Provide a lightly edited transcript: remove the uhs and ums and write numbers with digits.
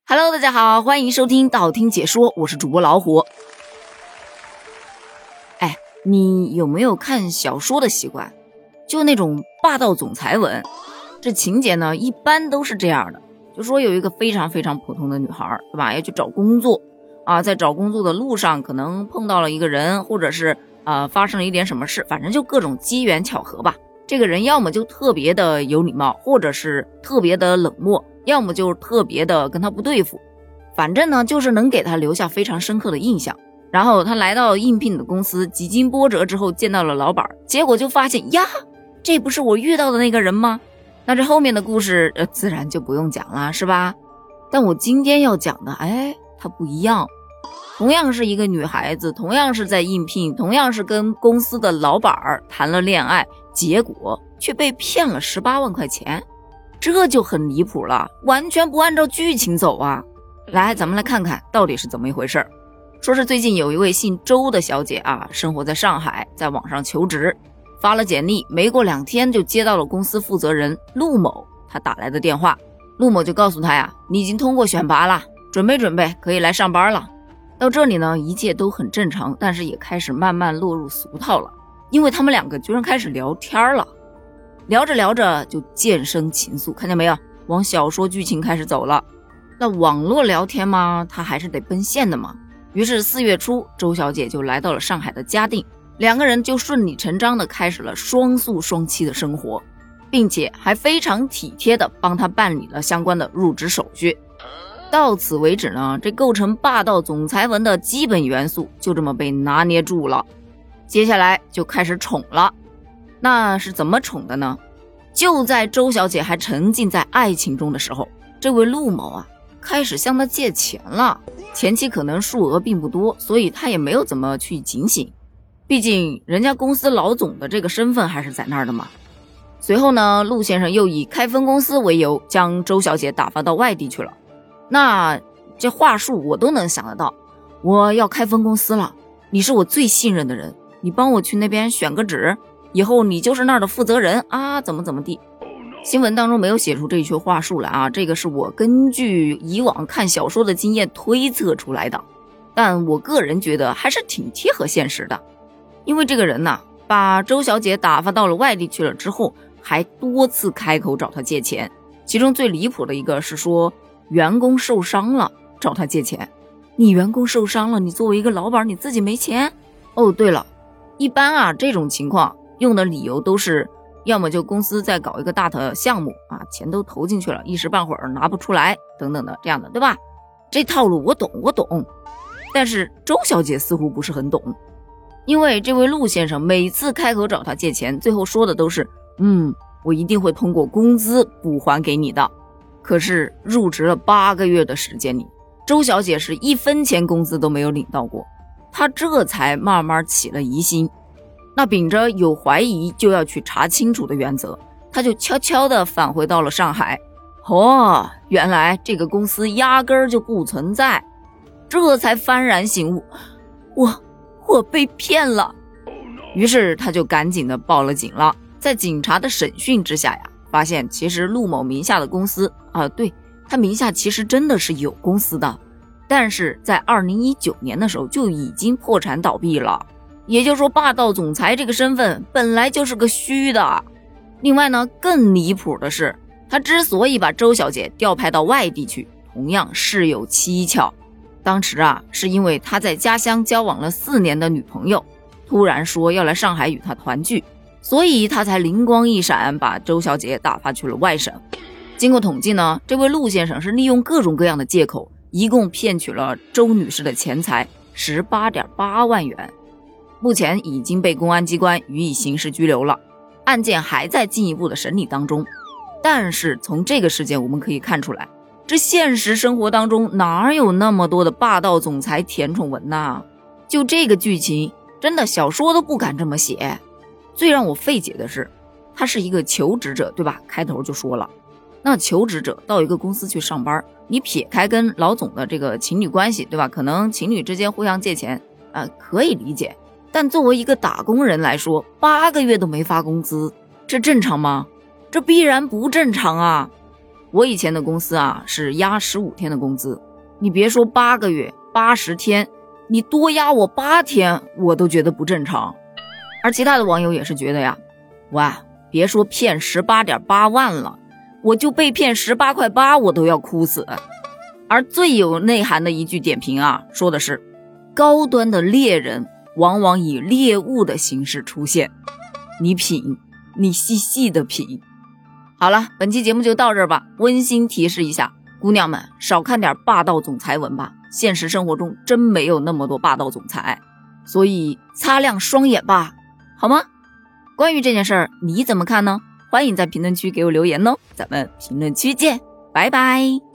Hello， 大家好，欢迎收听道听解说，我是主播老虎。你有没有看小说的习惯？就那种霸道总裁文，这情节呢一般都是这样的，就说有一个非常非常普通的女孩，对吧？要去找工作啊，在找工作的路上可能碰到了一个人，或者是发生了一点什么事，反正就各种机缘巧合吧。这个人要么就特别的有礼貌，或者是特别的冷漠，要么就特别的跟他不对付，反正呢就是能给他留下非常深刻的印象。然后他来到应聘的公司，几经波折之后见到了老板，结果就发现呀，这不是我遇到的那个人吗？那这后面的故事自然就不用讲了，是吧？但我今天要讲的它不一样。同样是一个女孩子，同样是在应聘，同样是跟公司的老板谈了恋爱，结果却被骗了18万块钱，这就很离谱了，完全不按照剧情走啊！来，咱们来看看到底是怎么一回事。说是最近有一位姓周的小姐生活在上海，在网上求职，发了简历，没过2天就接到了公司负责人陆某他打来的电话。陆某就告诉他你已经通过选拔了，准备可以来上班了。到这里呢，一切都很正常，但是也开始慢慢落入俗套了，因为他们两个居然开始聊天了，聊着聊着就渐生情愫，看见没有，往小说剧情开始走了。那网络聊天嘛，它还是得奔现的嘛。于是4月初，周小姐就来到了上海的嘉定，两个人就顺理成章的开始了双宿双栖的生活，并且还非常体贴的帮她办理了相关的入职手续。到此为止呢，这构成霸道总裁文的基本元素就这么被拿捏住了。接下来就开始宠了。那是怎么宠的呢？就在周小姐还沉浸在爱情中的时候，这位陆某开始向她借钱了。前期可能数额并不多，所以他也没有怎么去警醒，毕竟人家公司老总的这个身份还是在那儿的嘛。随后呢，陆先生又以开分公司为由将周小姐打发到外地去了。那这话术我都能想得到，我要开分公司了，你是我最信任的人，你帮我去那边选个址，以后你就是那儿的负责人怎么地。新闻当中没有写出这一句话术来这个是我根据以往看小说的经验推测出来的，但我个人觉得还是挺贴合现实的。因为这个人把周小姐打发到了外地去了之后，还多次开口找她借钱，其中最离谱的一个是说员工受伤了找她借钱。你员工受伤了，你作为一个老板你自己没钱？对了，一般这种情况用的理由都是要么就公司在搞一个大的项目钱都投进去了，一时半会儿拿不出来等等的，这样的，对吧？这套路我懂。但是周小姐似乎不是很懂，因为这位陆先生每次开口找她借钱，最后说的都是我一定会通过工资补还给你的。可是入职了8个月的时间里，周小姐是1分钱工资都没有领到过，她这才慢慢起了疑心。那秉着有怀疑就要去查清楚的原则，他就悄悄地返回到了上海。原来这个公司压根儿就不存在，这才幡然醒悟，我被骗了。于是他就赶紧的报了警了。在警察的审讯之下发现其实陆某名下的公司对，他名下其实真的是有公司的，但是在2019年的时候就已经破产倒闭了。也就是说，霸道总裁这个身份本来就是个虚的。另外呢，更离谱的是，他之所以把周小姐调派到外地去，同样事有蹊跷。当时是因为他在家乡交往了4年的女朋友，突然说要来上海与他团聚，所以他才灵光一闪，把周小姐打发去了外省。经过统计呢，这位陆先生是利用各种各样的借口，一共骗取了周女士的钱财18.8万元。目前已经被公安机关予以刑事拘留了，案件还在进一步的审理当中。但是从这个事件我们可以看出来，这现实生活当中哪有那么多的霸道总裁甜宠文就这个剧情，真的小说都不敢这么写。最让我费解的是，他是一个求职者，对吧？开头就说了，那求职者到一个公司去上班，你撇开跟老总的这个情侣关系，对吧？可能情侣之间互相借钱可以理解。但作为一个打工人来说，8个月都没发工资，这正常吗？这必然不正常我以前的公司啊是压15天的工资，你别说8个月80天，你多压我8天我都觉得不正常。而其他的网友也是觉得呀，哇，别说骗18.8万了，我就被骗18块8我都要哭死。而最有内涵的一句点评啊，说的是高端的猎人往往以猎物的形式出现，你品，你细细的品。好了，本期节目就到这儿吧。温馨提示一下，姑娘们少看点霸道总裁文吧，现实生活中真没有那么多霸道总裁，所以擦亮双眼吧，好吗？关于这件事儿你怎么看呢？欢迎在评论区给我留言哦，咱们评论区见，拜拜。